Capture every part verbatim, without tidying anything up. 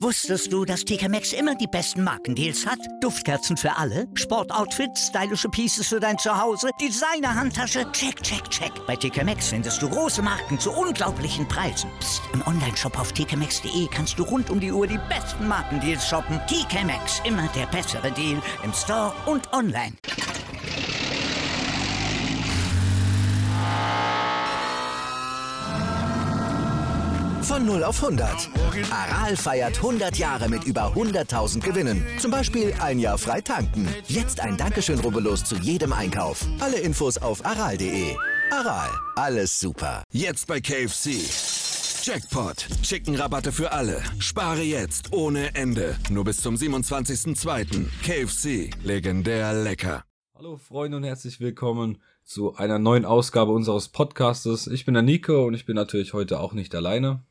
Wusstest du, dass T K Maxx immer die besten Markendeals hat? Duftkerzen für alle, Sportoutfits, stylische Pieces für dein Zuhause, Designer-Handtasche, check, check, check. Bei T K Maxx findest du große Marken zu unglaublichen Preisen. Psst. Im Onlineshop auf t k maxx punkt d e kannst du rund um die Uhr die besten Markendeals shoppen. T K Maxx, immer der bessere Deal im Store und online. Von null auf hundert. Aral feiert hundert Jahre mit über hunderttausend Gewinnen. Zum Beispiel ein Jahr frei tanken. Jetzt ein Dankeschön, rubbellos zu jedem Einkauf. Alle Infos auf aral punkt de. Aral, alles super. Jetzt bei K F C. Jackpot. Chicken-Rabatte für alle. Spare jetzt ohne Ende. Nur bis zum siebenundzwanzigsten zweiten K F C. Legendär lecker. Hallo Freunde und herzlich willkommen zu einer neuen Ausgabe unseres Podcastes. Ich bin der Nico und ich bin natürlich heute auch nicht alleine.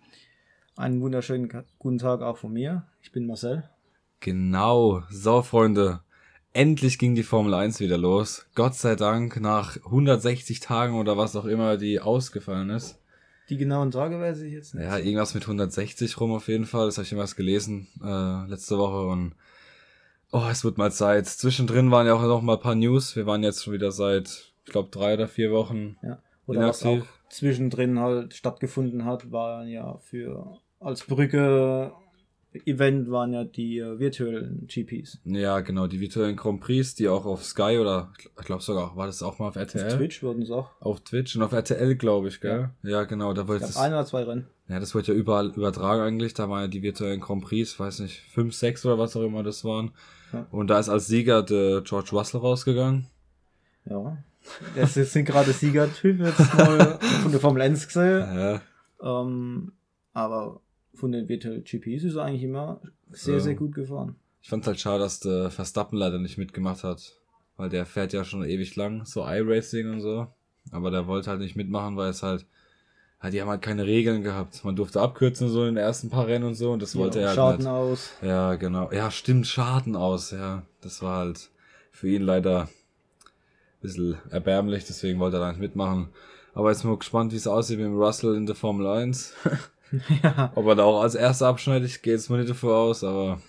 Einen wunderschönen guten Tag auch von mir. Ich bin Marcel. Genau. So, Freunde. Endlich ging die Formel eins wieder los. Gott sei Dank nach hundertsechzig Tagen oder was auch immer, die ausgefallen ist. Die genauen Tage weiß ich jetzt nicht. Ja, irgendwas mit hundertsechzig rum auf jeden Fall. Das habe ich irgendwas gelesen äh, letzte Woche und oh, es wird mal Zeit. Zwischendrin waren ja auch noch mal ein paar News. Wir waren jetzt schon wieder seit, ich glaube, drei oder vier Wochen. Ja. Oder was auch zwischendrin halt stattgefunden hat, war ja für als Brücke Event waren ja die äh, virtuellen G Ps. Ja, genau, die virtuellen Grand Prix, die auch auf Sky oder ich glaube sogar, war das auch mal auf R T L? Auf Twitch wurden es auch. Auf Twitch und auf R T L, glaube ich, gell? Ja, ja genau. Da wollte es ein oder zwei Rennen. Ja, das wurde ja überall übertragen eigentlich. Da waren ja die virtuellen Grand Prix, weiß nicht, fünf, sechs oder was auch immer das waren. Ja. Und da ist als Sieger der George Russell rausgegangen. Ja, das sind gerade Siegertyp jetzt mal von der Formel eins gesehen. Ja. Ähm, aber von den Virtual G Ps ist er eigentlich immer sehr, ja. sehr gut gefahren. Ich fand's halt schade, dass der Verstappen leider nicht mitgemacht hat. Weil der fährt ja schon ewig lang, so iRacing und so. Aber der wollte halt nicht mitmachen, weil es halt, halt, die haben halt keine Regeln gehabt. Man durfte abkürzen so in den ersten paar Rennen und so und das ja, wollte er halt Schaden nicht. aus. Ja, genau. Ja, stimmt, Schaden aus, ja. Das war halt für ihn leider ein bisschen erbärmlich, deswegen wollte er da nicht mitmachen. Aber jetzt bin ich gespannt, wie es aussieht mit dem Russell in der Formel eins. Ja. Ob er da auch als erster abschneidet, ich gehe jetzt mal nicht davor aus, aber...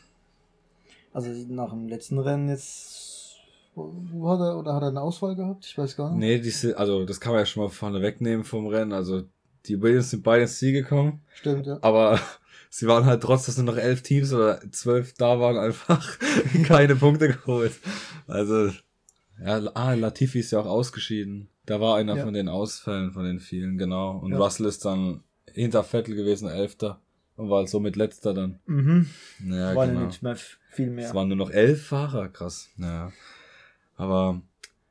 Also nach dem letzten Rennen jetzt... Wo hat er, oder hat er eine Auswahl gehabt? Ich weiß gar nicht. Nee, die, also das kann man ja schon mal vorne wegnehmen vom Rennen. Also die Williams sind beide ins Ziel gekommen. Stimmt, ja. Aber sie waren halt trotz, dass nur noch elf Teams oder zwölf da waren, einfach keine Punkte geholt. Also, ja, ah, Latifi ist ja auch ausgeschieden. Da war einer ja. von den Ausfällen, von den vielen, genau. Und ja. Russell ist dann hinter Vettel gewesen, Elfter. Und war halt somit Letzter dann. Mhm. Ja, war genau. nicht mehr viel mehr. Es waren nur noch elf Fahrer, krass. Ja. Aber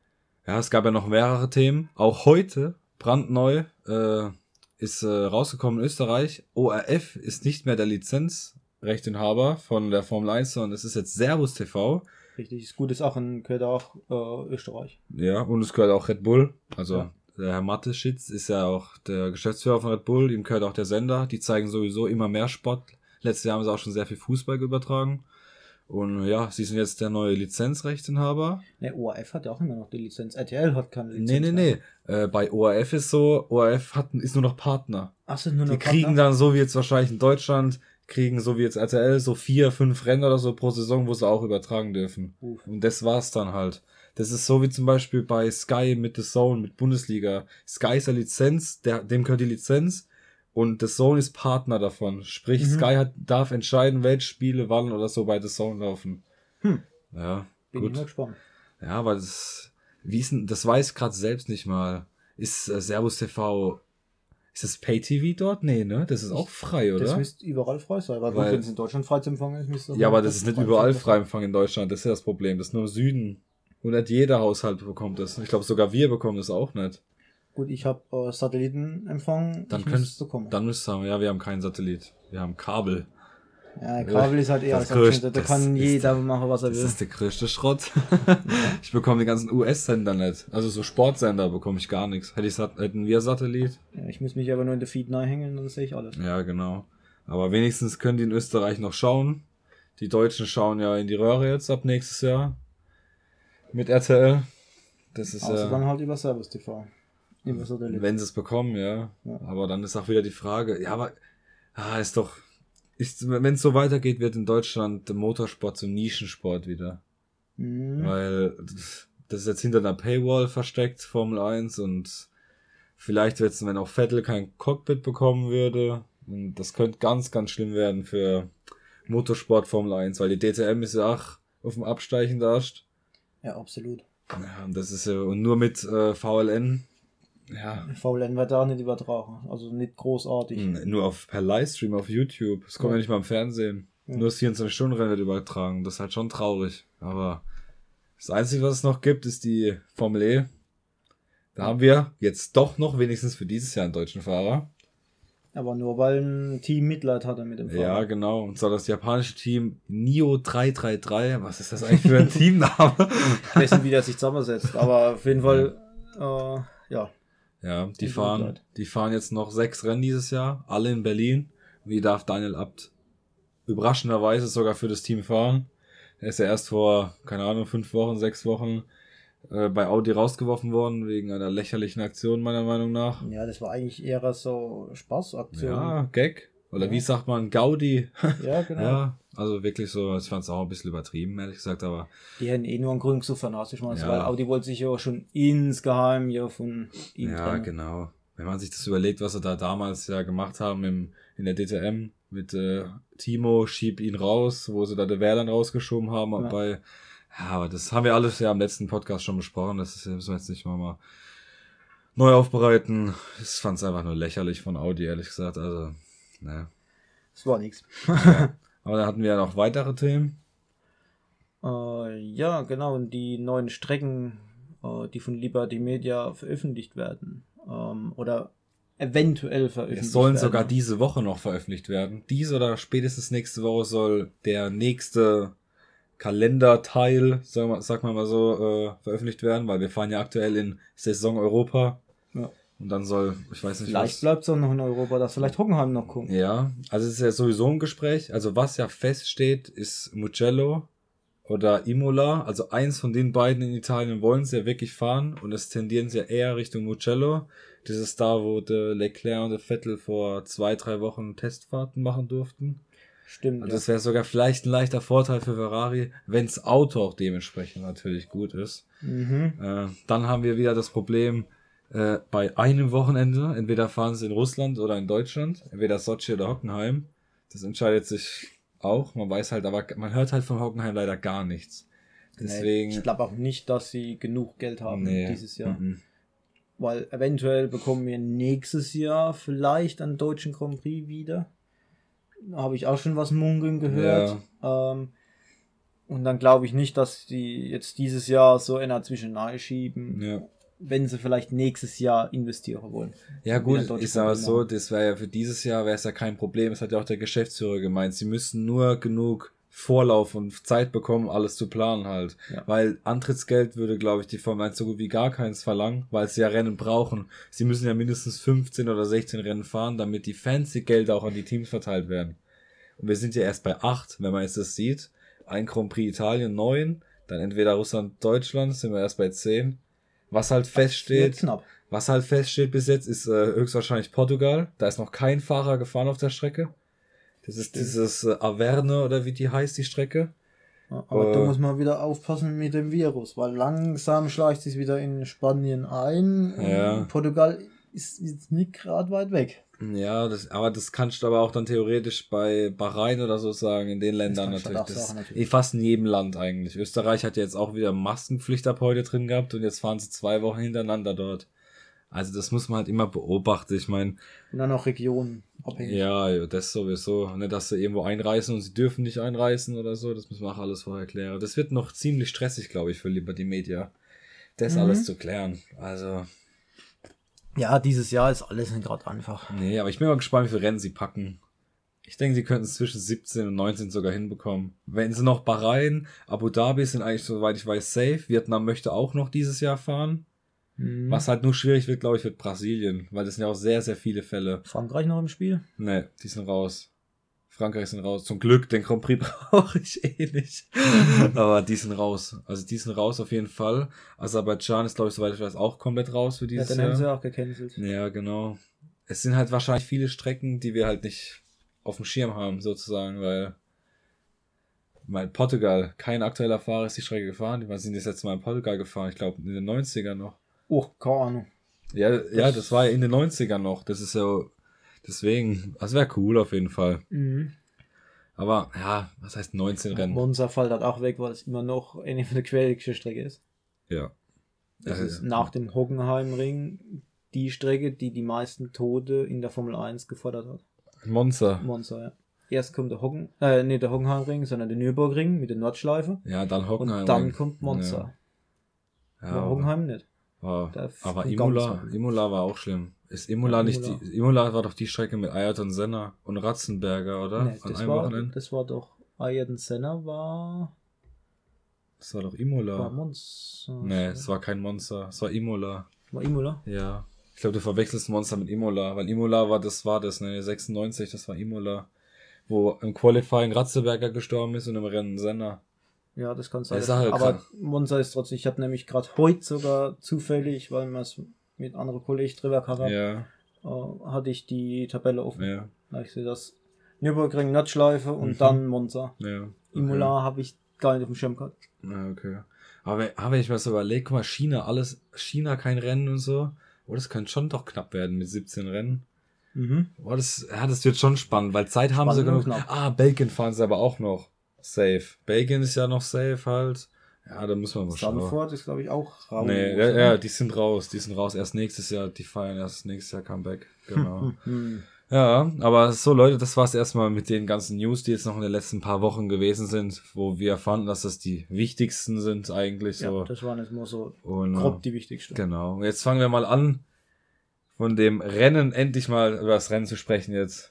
ja, es gab ja noch mehrere Themen. Auch heute, brandneu, äh, ist äh, rausgekommen in Österreich. O R F ist nicht mehr der Lizenzrechteinhaber von der Formel eins, sondern es ist jetzt Servus T V. Richtig, ist gut, ist auch in, gehört auch äh, Österreich. Ja, und es gehört auch Red Bull. Also ja. Der Herr Mateschitz ist ja auch der Geschäftsführer von Red Bull, ihm gehört auch der Sender. Die zeigen sowieso immer mehr Sport. Letztes Jahr haben sie auch schon sehr viel Fußball übertragen. Und ja, sie sind jetzt der neue Lizenzrechteinhaber. Ne, O R F hat ja auch immer noch die Lizenz. R T L hat keine Lizenz. Nee, nee, nee. Äh, bei O R F ist so, O R F hat, ist nur noch Partner. Ach, sind nur noch Die Partner? kriegen dann, so wie jetzt wahrscheinlich in Deutschland, kriegen so wie jetzt R T L so vier, fünf Rennen oder so pro Saison, wo sie auch übertragen dürfen. Uf. Und das war's dann halt. Das ist so wie zum Beispiel bei Sky mit The Zone, mit Bundesliga. Sky ist eine Lizenz, der, dem gehört die Lizenz. Und The Zone ist Partner davon. Sprich, mhm. Sky hat, darf entscheiden, welche Spiele wann oder so bei The Zone laufen. Hm. Ja, bin gut. ich mal gespannt. Ja, aber das, wie ist denn, das weiß ich gerade selbst nicht mal. Ist äh, Servus T V, ist das Pay-T V dort? Nee, ne? Das ist auch frei, oder? Das müsste überall frei sein. Weil, weil wenn es in Deutschland frei zu empfangen ist, müsste es ja, aber das ist nicht überall frei empfangen in Deutschland. Das ist ja das Problem. Das ist nur im Süden. Und nicht jeder Haushalt bekommt das. Ich glaube, sogar wir bekommen das auch nicht. Gut, ich habe äh, Satellitenempfang. Dann könntest du kommen. Dann müsst ihr, ja, wir haben keinen Satellit. Wir haben Kabel. Ja, Kabel ist halt eher als größte, Da kann jeder machen, was er will. Das ist der größte Schrott. Ich bekomme die ganzen U S-Sender nicht. Also so Sportsender bekomme ich gar nichts. Hätte ich, hätten wir Satellit. Ja, ich muss mich aber nur in der Feed hängen, dann sehe ich alles. Ja, genau. Aber wenigstens können die in Österreich noch schauen. Die Deutschen schauen ja in die Röhre jetzt ab nächstes Jahr. Mit R T L. Das ist also ja. dann halt über Servus T V. Wenn sie es bekommen, ja. ja. Aber dann ist auch wieder die Frage, ja, aber ah, ist doch, wenn es so weitergeht, wird in Deutschland der Motorsport zum Nischensport wieder. Mhm. Weil das ist jetzt hinter einer Paywall versteckt, Formel eins, und vielleicht wird es, wenn auch Vettel kein Cockpit bekommen würde, und das könnte ganz, ganz schlimm werden für Motorsport Formel eins, weil die D T M ist ja auch auf dem Absteigen da. Ja, absolut. Ja, und das ist ja, und nur mit äh, V L N. Ja. V L N wird da nicht übertragen, also nicht großartig. Nur auf per Livestream auf YouTube. Das kommt ja, ja nicht mal im Fernsehen. Ja. Nur das vierundzwanzig-Stunden-Rennen wird übertragen. Das ist halt schon traurig. Aber das Einzige, was es noch gibt, ist die Formel E. Da haben wir jetzt doch noch wenigstens für dieses Jahr einen deutschen Fahrer. Aber nur weil ein Team Mitleid hatte mit dem Fahrer. Ja, genau. Und zwar das japanische Team Nio drei drei drei. Was ist das eigentlich für ein Teamname? Ich weiß nicht, wie der sich zusammensetzt. Aber auf jeden Fall, ja. Äh, ja. Ja, die fahren, die fahren jetzt noch sechs Rennen dieses Jahr, alle in Berlin. Und die darf Daniel Abt überraschenderweise sogar für das Team fahren. Er ist ja erst vor, keine Ahnung, fünf Wochen, sechs Wochen äh, bei Audi rausgeworfen worden, wegen einer lächerlichen Aktion, meiner Meinung nach. Ja, das war eigentlich eher so Spaßaktion. Ja, Gag. Oder ja. Wie sagt man, Gaudi? Ja, genau. Ja, also wirklich so, ich fand es auch ein bisschen übertrieben, ehrlich gesagt, aber... Die hätten eh nur einen Grund gesucht, vernachlässigt, ich meine, ja. Weil Audi wollte sich ja schon insgeheim ja von ihm Ja, trennen. Genau. Wenn man sich das überlegt, was sie da damals ja gemacht haben im, in der D T M mit äh, Timo, schieb ihn raus, wo sie da den Wehrland rausgeschoben haben, ja. Bei... Ja, aber das haben wir alles ja im letzten Podcast schon besprochen, das müssen wir jetzt nicht mal, mal neu aufbereiten. Ich fand es einfach nur lächerlich von Audi, ehrlich gesagt, also... Ne. Das war nichts. Ja. Aber da hatten wir ja noch weitere Themen. Äh, ja, genau. Und die neuen Strecken, äh, die von Liberty Media veröffentlicht werden. Ähm, oder eventuell veröffentlicht werden. Es sollen sogar diese Woche noch veröffentlicht werden. Diese oder spätestens nächste Woche soll der nächste Kalenderteil, sag mal, sag mal, mal so, äh, veröffentlicht werden, weil wir fahren ja aktuell in Saison Europa. Ja. Und dann soll, ich weiß nicht, vielleicht bleibt es auch noch in Europa, dass vielleicht Hockenheim noch kommt. Ja, also es ist ja sowieso ein Gespräch. Also was ja feststeht, ist Mugello oder Imola. Also eins von den beiden in Italien wollen sie ja wirklich fahren und es tendieren sie ja eher Richtung Mugello. Das ist da, wo der Leclerc und der Vettel vor zwei, drei Wochen Testfahrten machen durften. Stimmt. Und ja. das wäre sogar vielleicht ein leichter Vorteil für Ferrari, wenn das Auto auch dementsprechend natürlich gut ist. Mhm. Äh, dann haben wir wieder das Problem, Äh, bei einem Wochenende, entweder fahren sie in Russland oder in Deutschland, entweder Sochi oder Hockenheim. Das entscheidet sich auch. Man weiß halt, aber man hört halt von Hockenheim leider gar nichts. Deswegen. Nee, ich glaube auch nicht, dass sie genug Geld haben nee. dieses Jahr. Mhm. Weil eventuell bekommen wir nächstes Jahr vielleicht einen deutschen Grand Prix wieder. Da habe ich auch schon was munkeln gehört. Ja. Ähm, und dann glaube ich nicht, dass die jetzt dieses Jahr so einer zwischen nahe schieben. Ja. Wenn sie vielleicht nächstes Jahr investieren wollen. Ja gut, ich sage so, das wäre ja für dieses Jahr wäre es ja kein Problem. Das hat ja auch der Geschäftsführer gemeint. Sie müssen nur genug Vorlauf und Zeit bekommen, alles zu planen halt. Ja. Weil Antrittsgeld würde, glaube ich, die Formel eins so gut wie gar keins verlangen, weil sie ja Rennen brauchen. Sie müssen ja mindestens fünfzehn oder sechzehn Rennen fahren, damit die fancy Gelder auch an die Teams verteilt werden. Und wir sind ja erst bei acht, wenn man jetzt das sieht. Ein Grand Prix Italien, neun. Dann entweder Russland, Deutschland, sind wir erst bei zehn. Was halt feststeht, was halt feststeht bis jetzt, ist äh, höchstwahrscheinlich Portugal. Da ist noch kein Fahrer gefahren auf der Strecke. Das ist Stimmt. dieses äh, Averne oder wie die heißt, die Strecke. Ja, aber äh, da muss man wieder aufpassen mit dem Virus, weil langsam schleicht sich wieder in Spanien ein. Ja. Portugal ist jetzt nicht gerade weit weg. Ja, das, aber das kannst du aber auch dann theoretisch bei Bahrain oder so sagen, in den Ländern das natürlich. Das sagen, natürlich. Fast in jedem Land eigentlich. Österreich hat ja jetzt auch wieder Maskenpflicht ab heute drin gehabt und jetzt fahren sie zwei Wochen hintereinander dort. Also das muss man halt immer beobachten. Ich meine. Und dann auch Regionen abhängig. Ja, das sowieso. Nicht, dass sie irgendwo einreisen und sie dürfen nicht einreisen oder so. Das müssen wir auch alles vorher klären. Das wird noch ziemlich stressig, glaube ich, für Liberty Media. Das mhm. alles zu klären. Also. Ja, dieses Jahr ist alles nicht gerade einfach. Nee, aber ich bin mal gespannt, wie viele Rennen sie packen. Ich denke, sie könnten es zwischen siebzehn und neunzehn sogar hinbekommen. Wenn sie noch Bahrain, Abu Dhabi sind eigentlich, soweit ich weiß, safe. Vietnam möchte auch noch dieses Jahr fahren. Mhm. Was halt nur schwierig wird, glaube ich, wird Brasilien. Weil das sind ja auch sehr, sehr viele Fälle. Frankreich noch im Spiel? Nee, die sind raus. Frankreich sind raus. Zum Glück, den Grand Prix brauche ich eh nicht. Aber die sind raus. Also die sind raus auf jeden Fall. Aserbaidschan ist, glaube ich, soweit ich weiß, auch komplett raus für dieses Jahr. Ja, dann haben sie auch gecancelt. Ja, genau. Es sind halt wahrscheinlich viele Strecken, die wir halt nicht auf dem Schirm haben, sozusagen, weil mein Portugal, kein aktueller Fahrer ist die Strecke gefahren. Die sind das letzte Mal in Portugal gefahren, ich glaube in den neunzigern noch. Oh, keine Ahnung. Ja, das, ja, das war ja in den neunzigern noch. Das ist so, deswegen, das wäre cool auf jeden Fall. Mhm. Aber, ja, was heißt neunzehn Rennen? Monza fällt halt auch weg, weil es immer noch eine von der quäligsten Strecke ist. Ja. Das ja, ist ja. nach dem Hockenheimring die Strecke, die die meisten Tote in der Formel eins gefordert hat. Monza. Monza, ja. Erst kommt der Hocken, äh, nicht der Hockenheimring, sondern der Nürburgring mit der Nordschleife. Ja, dann Hockenheim. Und dann kommt Monza. Ja. Aber Hockenheim nicht. War, Da aber kommt Imola, ganz- Imola war auch schlimm. Ist Imola Ja, nicht Imola. die, Imola war doch die Strecke mit Ayrton Senna und Ratzenberger, oder? Nee, An das, einem war, Wochenende? das war doch Ayrton Senna war, Das war doch Imola. war Monza. Nee, es war kein Monza, es war Imola. War Imola? Ja. Ich glaube, du verwechselst Monza mit Imola, weil Imola war, das war das, ne, sechsundneunzig, das war Imola. Wo im Qualifying Ratzenberger gestorben ist und im Rennen Senna. Ja, das kann sein. Das ist halt Aber krass. Monza ist trotzdem, ich habe nämlich gerade heute sogar zufällig, weil wir es mit anderen Kollegen drüber gehabt haben, Ja, äh, hatte ich die Tabelle offen. ja, Da ich sehe das Nürburgring, Nordschleife und Mhm. dann Monza. ja. Okay. Imola habe ich gar nicht auf dem Schirm gehabt. Ja, okay. Aber, wenn- aber wenn ich mir so überlege, guck mal, China, alles, China kein Rennen und so. Oh, das könnte schon doch knapp werden mit siebzehn Rennen. Mhm. Oh, das, ja, das wird schon spannend, weil Zeit haben sie Spannend genug. und knapp. Ah, Belgien fahren sie aber auch noch safe. Belgien ist ja noch safe halt. Ja, da muss man mal schauen. Stanford ist, glaube ich, auch raus. Nee, ja, ja, die sind raus, die sind raus. Erst nächstes Jahr, die feiern erst nächstes Jahr Comeback. Genau. Hm. Ja, aber so Leute, das war's erstmal mit den ganzen News, die jetzt noch in den letzten paar Wochen gewesen sind, wo wir fanden, dass das die wichtigsten sind eigentlich so. Ja, das waren jetzt mal so Und, grob die wichtigsten. Genau. Und jetzt fangen wir mal an, von dem Rennen endlich mal über das Rennen zu sprechen jetzt.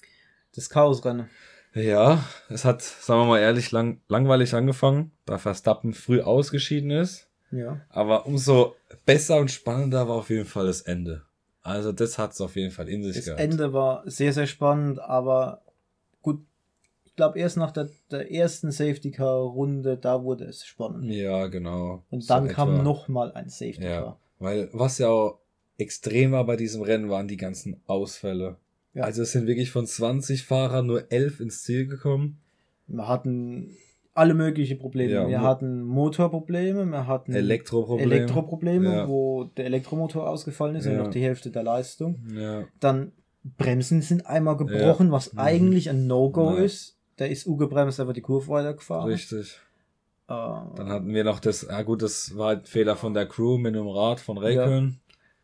Das Chaosrennen. Ja, es hat, sagen wir mal ehrlich, lang, langweilig angefangen, da Verstappen früh ausgeschieden ist. Ja. Aber umso besser und spannender war auf jeden Fall das Ende. Also das hat's auf jeden Fall in sich Das gehabt. Ende war sehr, sehr spannend, aber gut, ich glaube erst nach der, der ersten Safety-Car-Runde, da wurde es spannend. Ja, genau. Und So dann kam etwa. nochmal ein Safety-Car. Ja, weil was ja auch extrem war bei diesem Rennen, waren die ganzen Ausfälle. Ja. Also es sind wirklich von zwanzig Fahrern nur elf ins Ziel gekommen. Wir hatten alle möglichen Probleme. Ja, wir Mo- hatten Motorprobleme, wir hatten Elektroprobleme. Elektroprobleme, Ja. wo der Elektromotor ausgefallen ist und Ja. noch die Hälfte der Leistung. Ja, Dann Bremsen sind einmal gebrochen, was Mhm. eigentlich ein No-Go Ja. ist. Der ist U-gebremst, aber die Kurve weitergefahren. richtig. Äh, Dann hatten wir noch das, ja gut, das war ein Fehler von der Crew mit dem Rad von Räikkönen.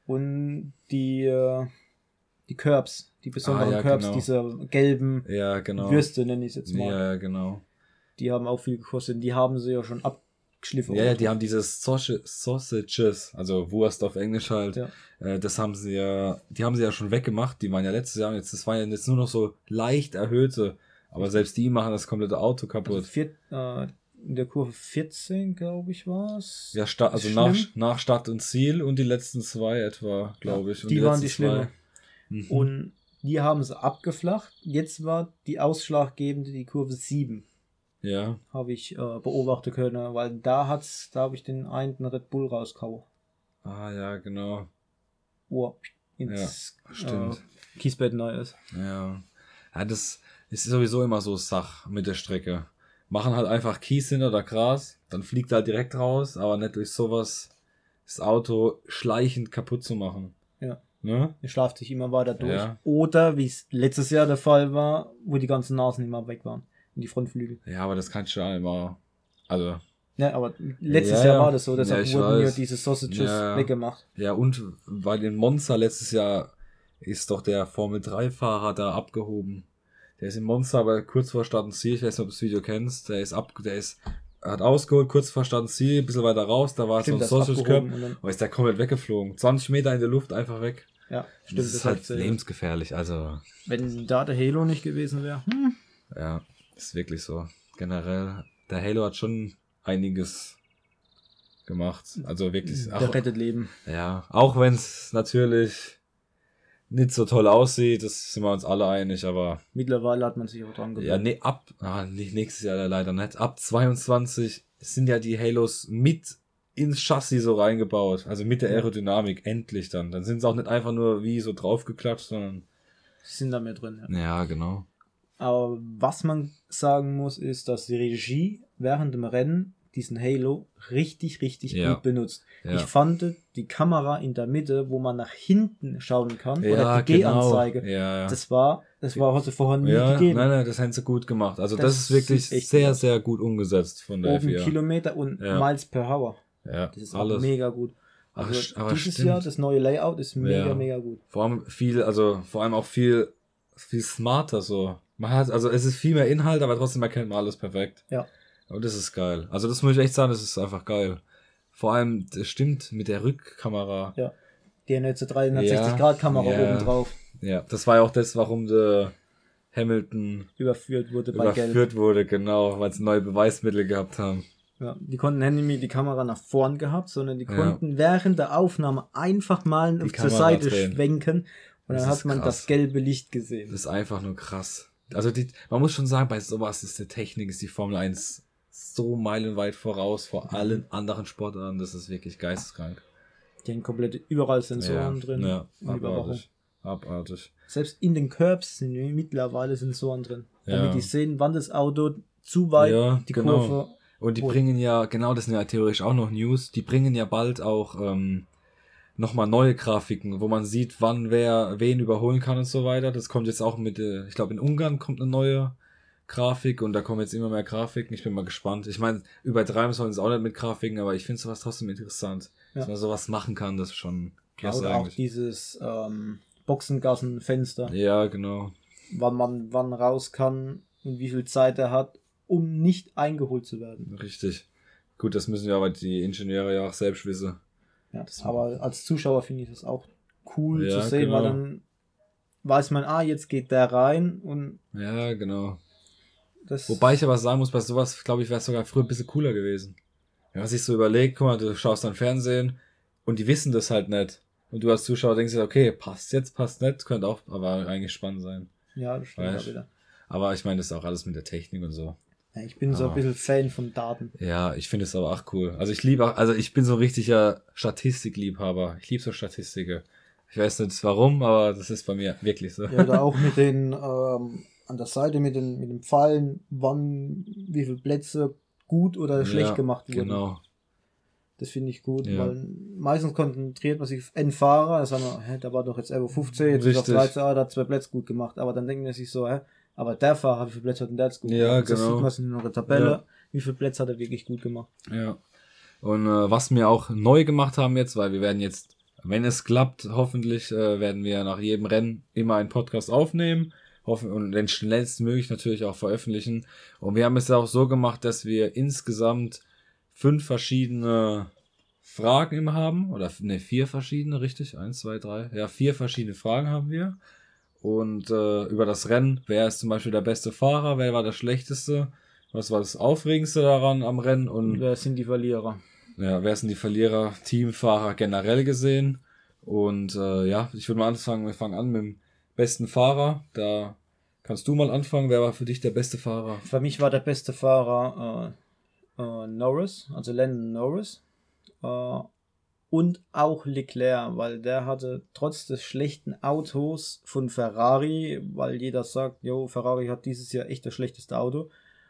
und die, äh, die Curbs, die besonderen Ah, ja, Curbs, genau. diese gelben Ja, genau. Würste, nenne ich es jetzt mal. Ja, ja, genau. Die haben auch viel gekostet. Die haben sie ja schon abgeschliffen. Ja, ja, die haben dieses Sausage- Sausages, also Wurst auf Englisch halt, Ja. äh, das haben sie ja, die haben sie ja schon weggemacht, die waren ja letztes Jahr, und jetzt, das waren ja jetzt nur noch so leicht erhöhte, aber selbst die machen das komplette Auto kaputt. Also vier, äh, in der Kurve vierzehn, glaube ich, war es. Ja, Sta- also Ist nach, schlimm. nach Start und Ziel und die letzten zwei etwa, glaube ich. Und die waren die letzten schlimme. zwei- Mhm. Und die haben sie abgeflacht. Jetzt war die ausschlaggebende die Kurve sieben. Ja, Habe ich äh, beobachten können, weil da hat's, da habe ich den einen Red Bull rausgehauen. ah ja, genau. Oh, ins Ja, stimmt. Äh, Kiesbett neu ist. Ja. Ja, das ist sowieso immer so Sach mit der Strecke. Machen halt einfach Kies hin oder Gras, dann fliegt er halt direkt raus, aber nicht durch sowas das Auto schleichend kaputt zu machen. Ja. Ne? Er schlaft sich immer weiter durch. Ja. Oder, wie es letztes Jahr der Fall war, wo die ganzen Nasen immer weg waren. Und die Frontflügel. Ja, aber das kannst du ja immer. Also, Ja, aber letztes Ja, Jahr ja. war das so, Ja, deshalb ich wurden ja weiß. diese Sausages Ja. weggemacht. ja, und weil in Monza letztes Jahr ist doch der Formel drei Fahrer da abgehoben. Der ist in Monza, aber kurz vor Start und Ziel, ich weiß nicht, ob du das Video kennst, der ist ab, der ist, hat ausgeholt, kurz vor Start und Ziel, ein bisschen weiter raus, da war Stimmt, so ein das ist Sausage Cup, abgehoben und dann- und ist der komplett weggeflogen. zwanzig Meter in der Luft, einfach weg. Ja, stimmt. das ist das halt hat, äh, lebensgefährlich, also, wenn da der Halo nicht gewesen wäre. Hm. ja, ist wirklich so. Generell, der Halo hat schon einiges gemacht, also wirklich, Der rettet Leben. ja, auch wenn es natürlich nicht so toll aussieht, das sind wir uns alle einig, aber Mittlerweile hat man sich auch dran gewöhnt. ja, nee, ab, ah, nicht nächstes Jahr leider nicht, ab zweiundzwanzig sind ja die Halos mit ins Chassis so reingebaut, also mit der Aerodynamik, endlich dann. Dann sind sie auch nicht einfach nur wie so draufgeklatscht, sondern Die sind da mehr drin. Ja. ja, genau. Aber was man sagen muss, ist, dass die Regie während dem Rennen diesen Halo richtig, richtig ja. gut benutzt. Ja. Ich fand die Kamera in der Mitte, wo man nach hinten schauen kann, ja, oder die G-Anzeige, genau. ja, ja. das war, das war heute vorher nie ja, gegeben. Nein, nein, das haben sie gut gemacht. Also das, das ist wirklich ist sehr, gut. sehr gut umgesetzt von der Oben F I A. Kilometer und ja. Miles per Hour. Ja, das ist alles. auch mega gut. Also Ach, aber dieses stimmt. Jahr, das neue Layout ist mega, ja. mega gut. Vor allem viel, also vor allem auch viel, viel smarter so. Man hat, also es ist viel mehr Inhalt, aber trotzdem erkennt man alles perfekt. Ja. Und das ist geil. Also das muss ich echt sagen, das ist einfach geil. Vor allem, das stimmt mit der Rückkamera. Ja. Die hat jetzt eine dreihundertsechzig Grad Kamera ja. oben drauf. Ja, das war ja auch das, warum der Hamilton überführt wurde bei überführt Gelb. wurde, genau, weil sie neue Beweismittel gehabt haben. Ja, die konnten nicht mehr die Kamera nach vorn gehabt, sondern die Ja. konnten während der Aufnahme einfach mal Die zur Kamera Seite drehen. schwenken und Das dann ist hat man krass. das gelbe Licht gesehen. Das ist einfach nur krass. Also die, man muss schon sagen, bei sowas ist die Technik, ist die Formel eins so meilenweit voraus vor allen anderen Sportarten, das ist wirklich geisteskrank. Die haben komplett überall Sensoren ja, drin. Ja, und Überwachung. abartig. Abartig. Selbst in den Curbs sind mittlerweile Sensoren drin. Ja. Damit die sehen, wann das Auto zu weit Ja, die genau. Kurve. Und die holt. bringen ja, genau, das sind ja theoretisch auch noch News, die bringen ja bald auch ähm, nochmal neue Grafiken, wo man sieht, wann wer wen überholen kann und so weiter. Das kommt jetzt auch mit, äh, ich glaube in Ungarn kommt eine neue Grafik und da kommen jetzt immer mehr Grafiken. Ich bin mal gespannt. Ich meine, übertreiben sollen es auch nicht mit Grafiken, aber ich finde sowas trotzdem interessant. Ja. Dass man sowas machen kann, das ist schon klasse Oder auch eigentlich. dieses ähm, Boxengassenfenster, Ja, genau. wann man wann raus kann und wie viel Zeit er hat, um nicht eingeholt zu werden. Richtig. Gut, das müssen ja aber die Ingenieure ja auch selbst wissen. Ja, aber als Zuschauer finde ich das auch cool Ja, zu sehen, genau. weil dann weiß man, ah, jetzt geht der rein und Ja, genau. das... Wobei ich aber sagen muss, bei sowas, glaube ich, wäre es sogar früher ein bisschen cooler gewesen. Wenn man sich so überlegt, guck mal, du schaust dann Fernsehen und die wissen das halt nicht. Und du als Zuschauer denkst dir, okay, passt jetzt, passt nicht, könnte auch aber eigentlich spannend sein. Ja, das stimmt Weißt? auch wieder. Aber ich meine, das ist auch alles mit der Technik und so. Ja, ich bin so Ah. ein bisschen Fan von Daten. Ja, ich finde es aber auch cool. Also ich liebe auch, also ich bin so ein richtiger Statistikliebhaber. Ich liebe so Statistiken. Ich weiß nicht warum, aber das ist bei mir wirklich so. Ja, oder auch mit den, ähm, an der Seite mit den, mit den Pfeilen, wann, wie viele Plätze gut oder schlecht Ja, gemacht wurden. Genau. Das finde ich gut, Ja. weil meistens konzentriert man sich auf einen Fahrer, da sagen wir, hä, da war doch jetzt Evo fünfzehn, jetzt ist er auf Richtig. dreizehn, ah, der hat zwei Plätze gut gemacht, aber dann denken wir sich so, hä, aber der Fahrer, wie viele Plätze hat denn der jetzt gut Ja, gemacht? Das genau. sieht man in einer Tabelle, Ja. wie viele Plätze hat er wirklich gut gemacht. Ja. Und äh, was wir auch neu gemacht haben jetzt, weil wir werden jetzt, wenn es klappt, hoffentlich äh, werden wir nach jedem Rennen immer einen Podcast aufnehmen. Hoffen, und den schnellstmöglich natürlich auch veröffentlichen. Und wir haben es auch so gemacht, dass wir insgesamt fünf verschiedene Fragen immer haben. Oder ne, vier verschiedene, richtig? Eins, zwei, drei. Ja, vier verschiedene Fragen haben wir. Und äh, über das Rennen, wer ist zum Beispiel der beste Fahrer, wer war der schlechteste, was war das Aufregendste daran am Rennen Und und wer sind die Verlierer? ja, wer sind die Verlierer, Teamfahrer generell gesehen. Und äh, ja, ich würde mal anfangen, wir fangen an mit dem besten Fahrer. Da kannst du mal anfangen, wer war für dich der beste Fahrer? Für mich war der beste Fahrer äh, äh, Norris, also Landon Norris. Äh, und auch Leclerc, weil der hatte trotz des schlechten Autos von Ferrari, weil jeder sagt, jo, Ferrari hat dieses Jahr echt das schlechteste Auto,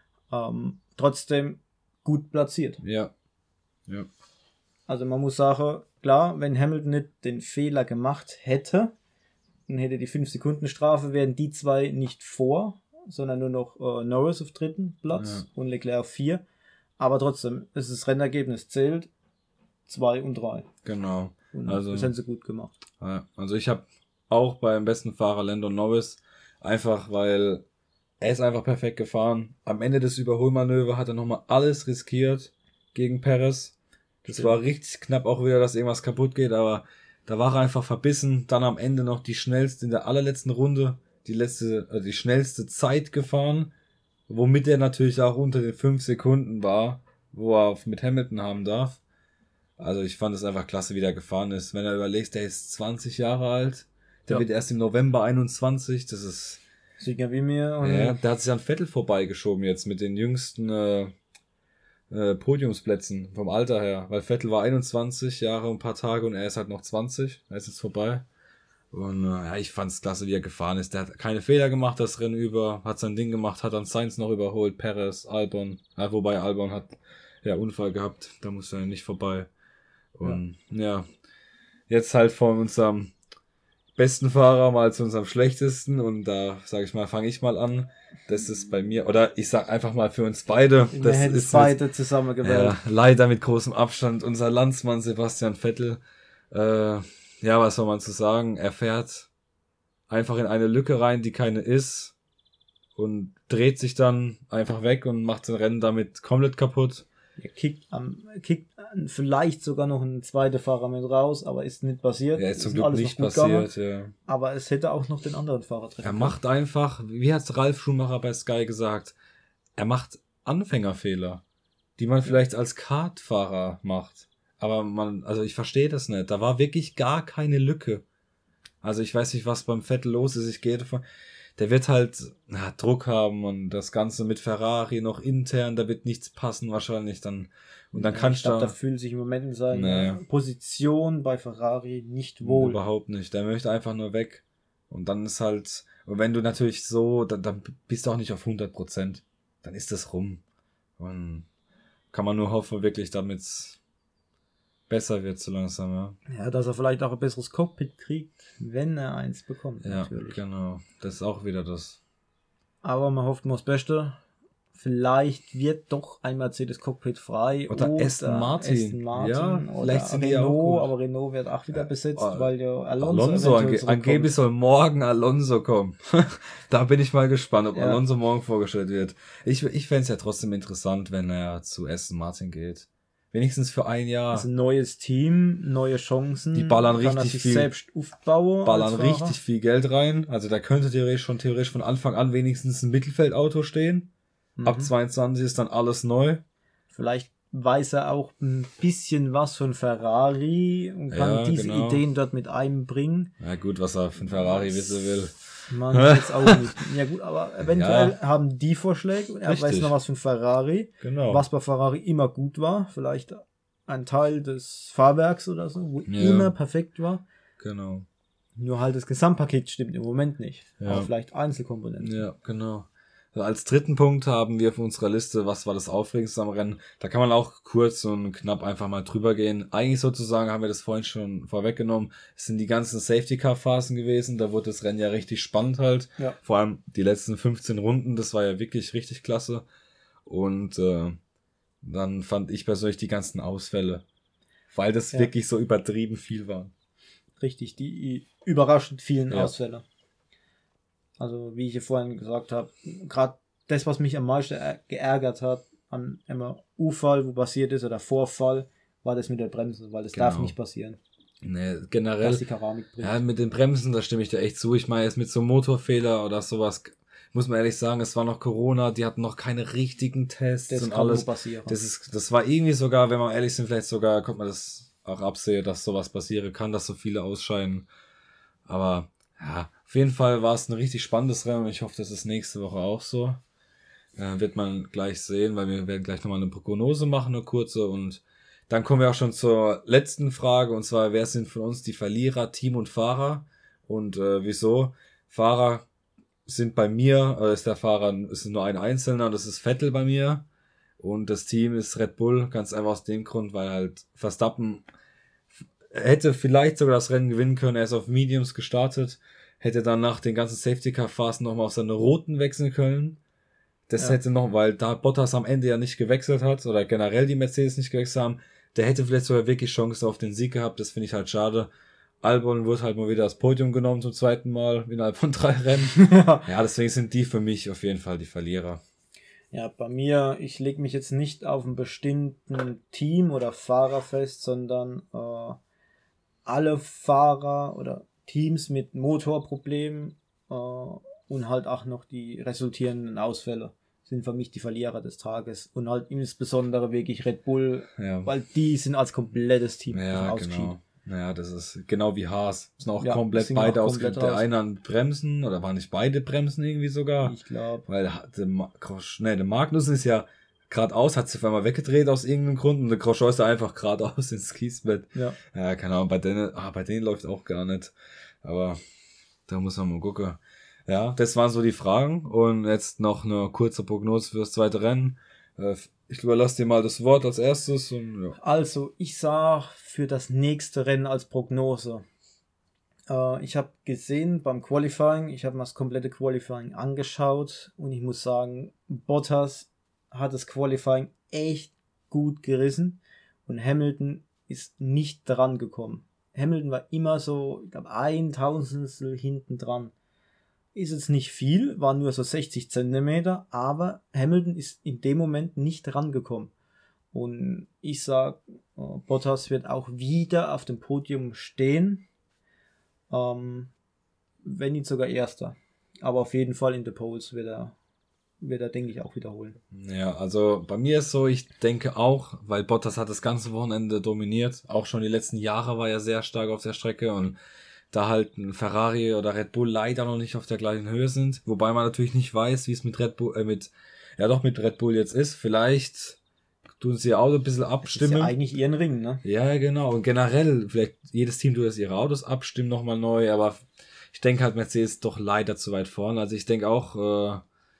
ähm, trotzdem gut platziert. Ja. Ja. Also man muss sagen, klar, wenn Hamilton nicht den Fehler gemacht hätte, dann hätte die fünf Sekunden Strafe, wären die zwei nicht vor, sondern nur noch äh, Norris auf dritten Platz Ja. und Leclerc auf vier. Aber trotzdem, es ist das Rennergebnis zählt, zwei und drei. Genau. Und Also- das haben sie gut gemacht. Ja, also ich habe auch beim besten Fahrer Lando Norris, einfach weil er ist einfach perfekt gefahren. Am Ende des Überholmanövers hat er nochmal alles riskiert gegen Perez. Das Stimmt. war richtig knapp auch wieder, dass irgendwas kaputt geht, aber da war er einfach verbissen. Dann am Ende noch die schnellste, in der allerletzten Runde, die letzte, äh, die schnellste Zeit gefahren, womit er natürlich auch unter den fünf Sekunden war, wo er mit Hamilton haben darf. Also ich fand es einfach klasse, wie der gefahren ist. Wenn er überlegt, der ist zwanzig Jahre alt, der Ja. wird erst im November einundzwanzig, das ist, Sieger wie mir. Und ja, der hat sich an Vettel vorbeigeschoben jetzt mit den jüngsten äh, äh, Podiumsplätzen vom Alter her, weil Vettel war einundzwanzig Jahre und ein paar Tage und er ist halt noch zwanzig, er ist jetzt vorbei. Und äh, ja, ich fand's klasse, wie er gefahren ist. Der hat keine Fehler gemacht, das Rennen über, hat sein Ding gemacht, hat dann Sainz noch überholt, Perez, Albon, ja, wobei Albon hat ja Unfall gehabt, da musste er nicht vorbei. Und ja, ja jetzt halt von unserem besten Fahrer mal zu unserem schlechtesten und da, sage ich mal, fange ich mal an. Das ist bei mir, oder ich sag einfach mal für uns beide. Wir das hätten ist beide zusammen gewählt. Ja, leider mit großem Abstand unser Landsmann Sebastian Vettel. Äh, ja, was soll man zu sagen? Er fährt einfach in eine Lücke rein, die keine ist und dreht sich dann einfach weg und macht sein Rennen damit komplett kaputt. Er kickt, am, kickt vielleicht sogar noch ein zweiter Fahrer mit raus, aber ist nicht passiert. Ja, ist zum ist Glück nicht passiert. Ja. Aber es hätte auch noch den anderen Fahrer treffen Er können. macht einfach, wie hat Ralf Schumacher bei Sky gesagt, er macht Anfängerfehler, die man vielleicht als Kartfahrer macht. Aber man, also ich verstehe das nicht. Da war wirklich gar keine Lücke. Also ich weiß nicht, was beim Vettel los ist. Ich gehe davon, der wird halt na, Druck haben und das Ganze mit Ferrari noch intern, da wird nichts passen wahrscheinlich dann. Und dann ja, kannst du. Ich glaube, da da fühlt sich im Moment in seiner nee. Position bei Ferrari nicht wohl. Überhaupt nicht. Der möchte einfach nur weg. Und dann ist halt, und wenn du natürlich so, dann, dann bist du auch nicht auf hundert Prozent. Dann ist das rum. Und kann man nur hoffen, wirklich, damit es besser wird so langsam, ja. Ja, dass er vielleicht auch ein besseres Cockpit kriegt, wenn er eins bekommt, Ja, natürlich. genau. Das ist auch wieder das. Aber man hofft nur das Beste. Vielleicht wird doch ein Mercedes-Cockpit frei. Oder Aston Martin. Aston Martin Ja, oder vielleicht sind die Renault, auch gut. aber Renault wird auch wieder besetzt, Oh, weil ja Alonso, Alonso, ange eventuell angeblich zurückkommt. soll morgen Alonso kommen. Da bin ich mal gespannt, ob Ja. Alonso morgen vorgestellt wird. Ich, ich fände es ja trotzdem interessant, wenn er zu Aston Martin geht. Wenigstens für ein Jahr. Das ist ein neues Team, neue Chancen. Die ballern kann er richtig sich viel- selbst aufbauen. Ballern als Fahrer. richtig viel Geld rein. Also da könnte theoretisch schon theoretisch von Anfang an wenigstens ein Mittelfeldauto stehen. Mhm. Ab zweiundzwanzig ist dann alles neu. Vielleicht weiß er auch ein bisschen was von Ferrari und kann Ja, diese genau. Ideen dort mit einbringen. Ja gut, was er von Ferrari wissen will. Man jetzt auch nicht. Ja gut, aber eventuell Ja. haben die Vorschläge und er Richtig. weiß noch was von Ferrari, Genau. was bei Ferrari immer gut war. Vielleicht ein Teil des Fahrwerks oder so, wo Ja. immer perfekt war. Genau. Nur halt das Gesamtpaket stimmt im Moment nicht. Ja. Aber vielleicht Einzelkomponenten. Ja, genau. Also als dritten Punkt haben wir auf unserer Liste, was war das Aufregendste am Rennen? Da kann man auch kurz und knapp einfach mal drüber gehen. Eigentlich sozusagen haben wir das vorhin schon vorweggenommen. Es sind die ganzen Safety-Car-Phasen gewesen. Da wurde das Rennen ja richtig spannend halt. Ja. Vor allem die letzten fünfzehn Runden, das war ja wirklich richtig klasse. Und äh, dann fand ich persönlich die ganzen Ausfälle, weil das Ja. wirklich so übertrieben viel war. Richtig, die überraschend vielen Ja. Ausfälle. Also wie ich ja vorhin gesagt habe, gerade das, was mich am meisten ä- geärgert hat an einem U-Fall, wo passiert ist, oder Vorfall, war das mit der Bremse, weil das Genau. darf nicht passieren, Nee, generell. dass die Keramik bricht. Ja, mit den Bremsen, da stimme ich dir echt zu. Ich meine, jetzt mit so einem Motorfehler oder sowas, muss man ehrlich sagen, es war noch Corona, die hatten noch keine richtigen Tests Das und kann alles. nur passieren. Das ist, das war irgendwie sogar, wenn wir ehrlich sind, vielleicht sogar, konnte man das auch absehen, dass sowas passieren kann, dass so viele ausscheiden. Aber, ja, auf jeden Fall war es ein richtig spannendes Rennen und ich hoffe, das ist nächste Woche auch so. Äh, wird man gleich sehen, weil wir werden gleich nochmal eine Prognose machen, eine kurze, und dann kommen wir auch schon zur letzten Frage, und zwar, wer sind von uns die Verlierer, Team und Fahrer, und äh, wieso? Fahrer sind bei mir, äh, ist der Fahrer, ist nur ein Einzelner, das ist Vettel bei mir, und das Team ist Red Bull, ganz einfach aus dem Grund, weil halt Verstappen hätte vielleicht sogar das Rennen gewinnen können, er ist auf Mediums gestartet, hätte dann nach den ganzen Safety-Car-Phasen nochmal auf seine roten wechseln können. Das Ja. hätte noch, weil da Bottas am Ende ja nicht gewechselt hat, oder generell die Mercedes nicht gewechselt haben, der hätte vielleicht sogar wirklich Chance auf den Sieg gehabt, das finde ich halt schade. Albon wird halt mal wieder das Podium genommen zum zweiten Mal innerhalb von drei Rennen. Ja, deswegen sind die für mich auf jeden Fall die Verlierer. Ja, bei mir, ich lege mich jetzt nicht auf einen bestimmten Team oder Fahrer fest, sondern äh, alle Fahrer oder Teams mit Motorproblemen äh, und halt auch noch die resultierenden Ausfälle sind für mich die Verlierer des Tages. Und halt insbesondere wirklich Red Bull, Ja, weil die sind als komplettes Team ja ausgeschieden. genau. Ja, das ist genau wie Haas. Sind auch Ja, komplett sind beide auch ausgeschieden. komplett Der raus. eine an Bremsen, oder waren nicht beide Bremsen irgendwie sogar? Ich glaube. Weil der, Ma Grosch, nee, der Magnussen ist ja geradeaus, hat sich auf einmal weggedreht aus irgendeinem Grund, und der Grosjean ist da einfach geradeaus ins Kiesbett. Ja. Ja, keine Ahnung, bei denen, ah, bei denen läuft auch gar nicht. Aber da muss man mal gucken. Ja, das waren so die Fragen. Und jetzt noch eine kurze Prognose für das zweite Rennen. Ich überlasse dir mal das Wort als erstes. Und, ja. Also, ich sag für das nächste Rennen als Prognose. Äh, ich habe gesehen beim Qualifying, ich habe mir das komplette Qualifying angeschaut und ich muss sagen, Bottas hat das Qualifying echt gut gerissen und Hamilton ist nicht dran gekommen. Hamilton war immer so, ich glaube, ein Tausendstel hinten dran. Ist jetzt nicht viel, waren nur so sechzig Zentimeter, aber Hamilton ist in dem Moment nicht rangekommen. Und ich sag, Bottas wird auch wieder auf dem Podium stehen, ähm, wenn nicht sogar Erster. Aber auf jeden Fall in the Poles wird er, wird er, denke ich, auch wiederholen. Ja, also bei mir ist so, ich denke auch, weil Bottas hat das ganze Wochenende dominiert, auch schon die letzten Jahre war er sehr stark auf der Strecke und da halt ein Ferrari oder Red Bull leider noch nicht auf der gleichen Höhe sind, wobei man natürlich nicht weiß, wie es mit Red Bull, äh, mit, ja doch mit Red Bull jetzt ist. Vielleicht tun sie ihr Auto ein bisschen abstimmen. Das ist ja eigentlich ihren Ring, ne? Ja, genau. Und generell, vielleicht jedes Team tut das ihre Autos abstimmen nochmal neu, aber ich denke halt, Mercedes ist doch leider zu weit vorne. Also ich denke auch, äh,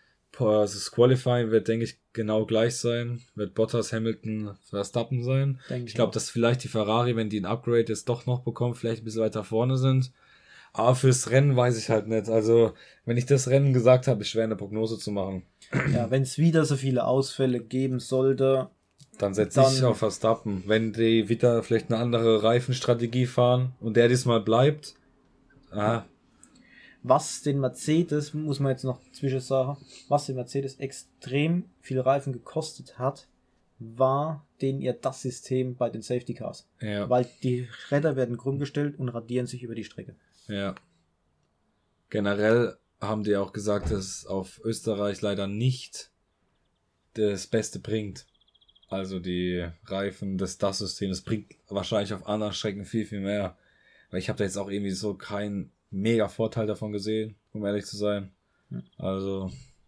das Qualifying wird, denke ich, genau gleich sein. Wird Bottas, Hamilton, Verstappen sein. Denk ich glaube, dass vielleicht die Ferrari, wenn die ein Upgrade jetzt doch noch bekommen, vielleicht ein bisschen weiter vorne sind. Aber fürs Rennen weiß ich halt nicht. Also, wenn ich das Rennen gesagt habe, ist schwer eine Prognose zu machen. Ja, wenn es wieder so viele Ausfälle geben sollte, dann setze ich auf Verstappen. Wenn die wieder vielleicht eine andere Reifenstrategie fahren und der diesmal bleibt, ah, was den Mercedes, muss man jetzt noch zwischen sagen, was den Mercedes extrem viel Reifen gekostet hat, war den ihr das System bei den Safety Cars. Ja. Weil die Räder werden krumm gestellt und radieren sich über die Strecke. Ja. Generell haben die auch gesagt, dass auf Österreich leider nicht das Beste bringt. Also die Reifen, das das System, das bringt wahrscheinlich auf anderen Strecken viel, viel mehr. Weil ich habe da jetzt auch irgendwie so keinen mega Vorteil davon gesehen, um ehrlich zu sein. Also,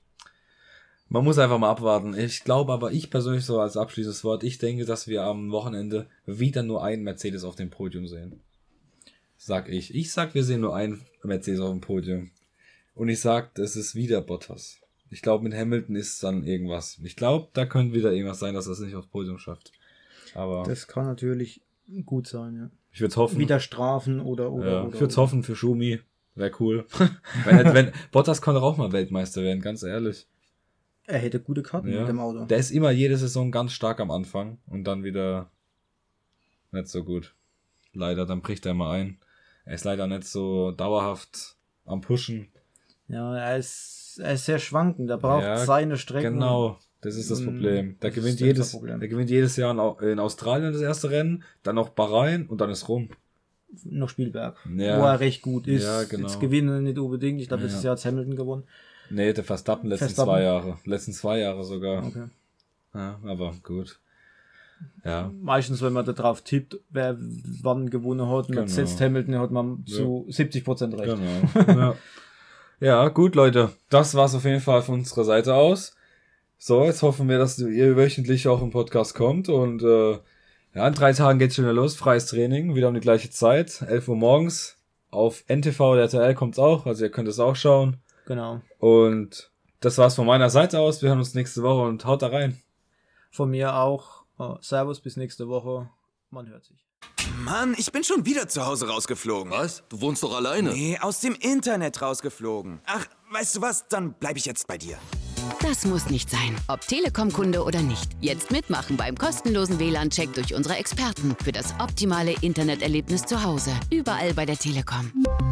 man muss einfach mal abwarten. Ich glaube aber, ich persönlich so als abschließendes Wort, ich denke, dass wir am Wochenende wieder nur einen Mercedes auf dem Podium sehen. Sag ich. Ich sag, wir sehen nur einen Mercedes auf dem Podium. Und ich sag, es ist wieder Bottas. Ich glaube, mit Hamilton ist dann irgendwas. Ich glaube, da könnte wieder irgendwas sein, dass er es nicht aufs Podium schafft. Aber das kann natürlich gut sein, ja. Ich würde hoffen. Wieder Strafen oder oder. Ja, oder ich würde hoffen für Schumi. Wäre cool. wenn, wenn, Bottas konnte auch mal Weltmeister werden, ganz ehrlich. Er hätte gute Karten ja. mit dem Auto. Der ist immer jede Saison ganz stark am Anfang und dann wieder nicht so gut. Leider, dann bricht er mal ein. Er ist leider nicht so dauerhaft am Pushen. Ja, er ist, er ist sehr schwankend. Er braucht ja, seine Strecken. Genau. Das ist das Problem. Der das gewinnt jedes, der gewinnt jedes Jahr in Australien das erste Rennen, dann noch Bahrain und dann ist rum. Noch Spielberg, ja. wo er recht gut ist. Ja, genau. Jetzt gewinnen nicht unbedingt. Ich glaube, ja. letztes Jahr hat Hamilton gewonnen. Nee, der Verstappen letzten Verstappen. zwei Jahre. Letzten zwei Jahre sogar. Okay. Ja, aber gut. Ja. Meistens, wenn man da drauf tippt, wer wann gewonnen hat, genau. Setzt Hamilton, hat man zu ja. siebzig Prozent recht. Genau. ja. ja, gut, Leute. Das war's auf jeden Fall von unserer Seite aus. So, jetzt hoffen wir, dass ihr wöchentlich auch im Podcast kommt und äh, ja, in drei Tagen geht's schon wieder los, freies Training, wieder um die gleiche Zeit, elf Uhr morgens, auf N T V, der R T L kommt's auch, also ihr könnt es auch schauen. Genau. Und das war's von meiner Seite aus, wir hören uns nächste Woche und haut da rein. Von mir auch, uh, servus, bis nächste Woche, man hört sich. Mann, ich bin schon wieder zu Hause rausgeflogen. Was? Du wohnst doch alleine? Nee, aus dem Internet rausgeflogen. Ach, weißt du was, dann bleib ich jetzt bei dir. Das muss nicht sein. Ob Telekom-Kunde oder nicht. Jetzt mitmachen beim kostenlosen W L A N-Check durch unsere Experten für das optimale Interneterlebnis zu Hause. Überall bei der Telekom.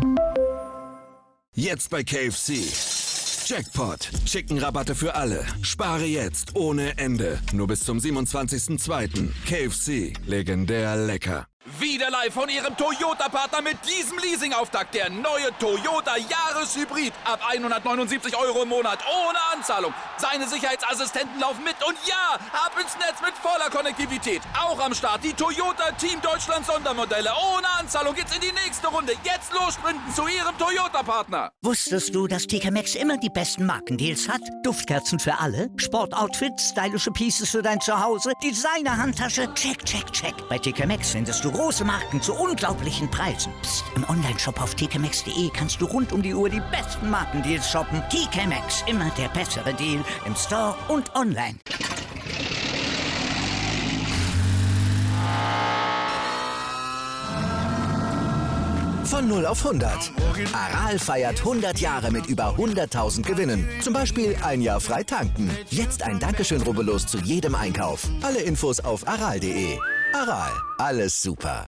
Jetzt bei K F C. Jackpot. Chicken-Rabatte für alle. Spare jetzt ohne Ende. Nur bis zum siebenundzwanzigsten zweiten K F C. Legendär lecker. Wieder live von Ihrem Toyota-Partner mit diesem Leasing-Auftakt. Der neue Toyota Jahreshybrid. Ab hundertneunundsiebzig Euro im Monat. Ohne Anzahlung. Seine Sicherheitsassistenten laufen mit. Und ja, ab ins Netz mit voller Konnektivität. Auch am Start die Toyota Team Deutschland Sondermodelle. Ohne Anzahlung geht's in die nächste Runde. Jetzt los sprinten zu Ihrem Toyota-Partner. Wusstest du, dass T K Maxx immer die besten Markendeals hat? Duftkerzen für alle, Sportoutfits, stylische Pieces für dein Zuhause, Designer-Handtasche, check, check, check. Bei T K Maxx findest du große Marken zu unglaublichen Preisen. Psst. Im Onlineshop auf t k maxx punkt d e kannst du rund um die Uhr die besten Markendeals shoppen. T K Maxx, immer der bessere Deal im Store und online. Von null auf hundert. Aral feiert hundert Jahre mit über hunderttausend Gewinnen. Zum Beispiel ein Jahr frei tanken. Jetzt ein Dankeschön, rubbellos zu jedem Einkauf. Alle Infos auf aral punkt de. Aral, alles super.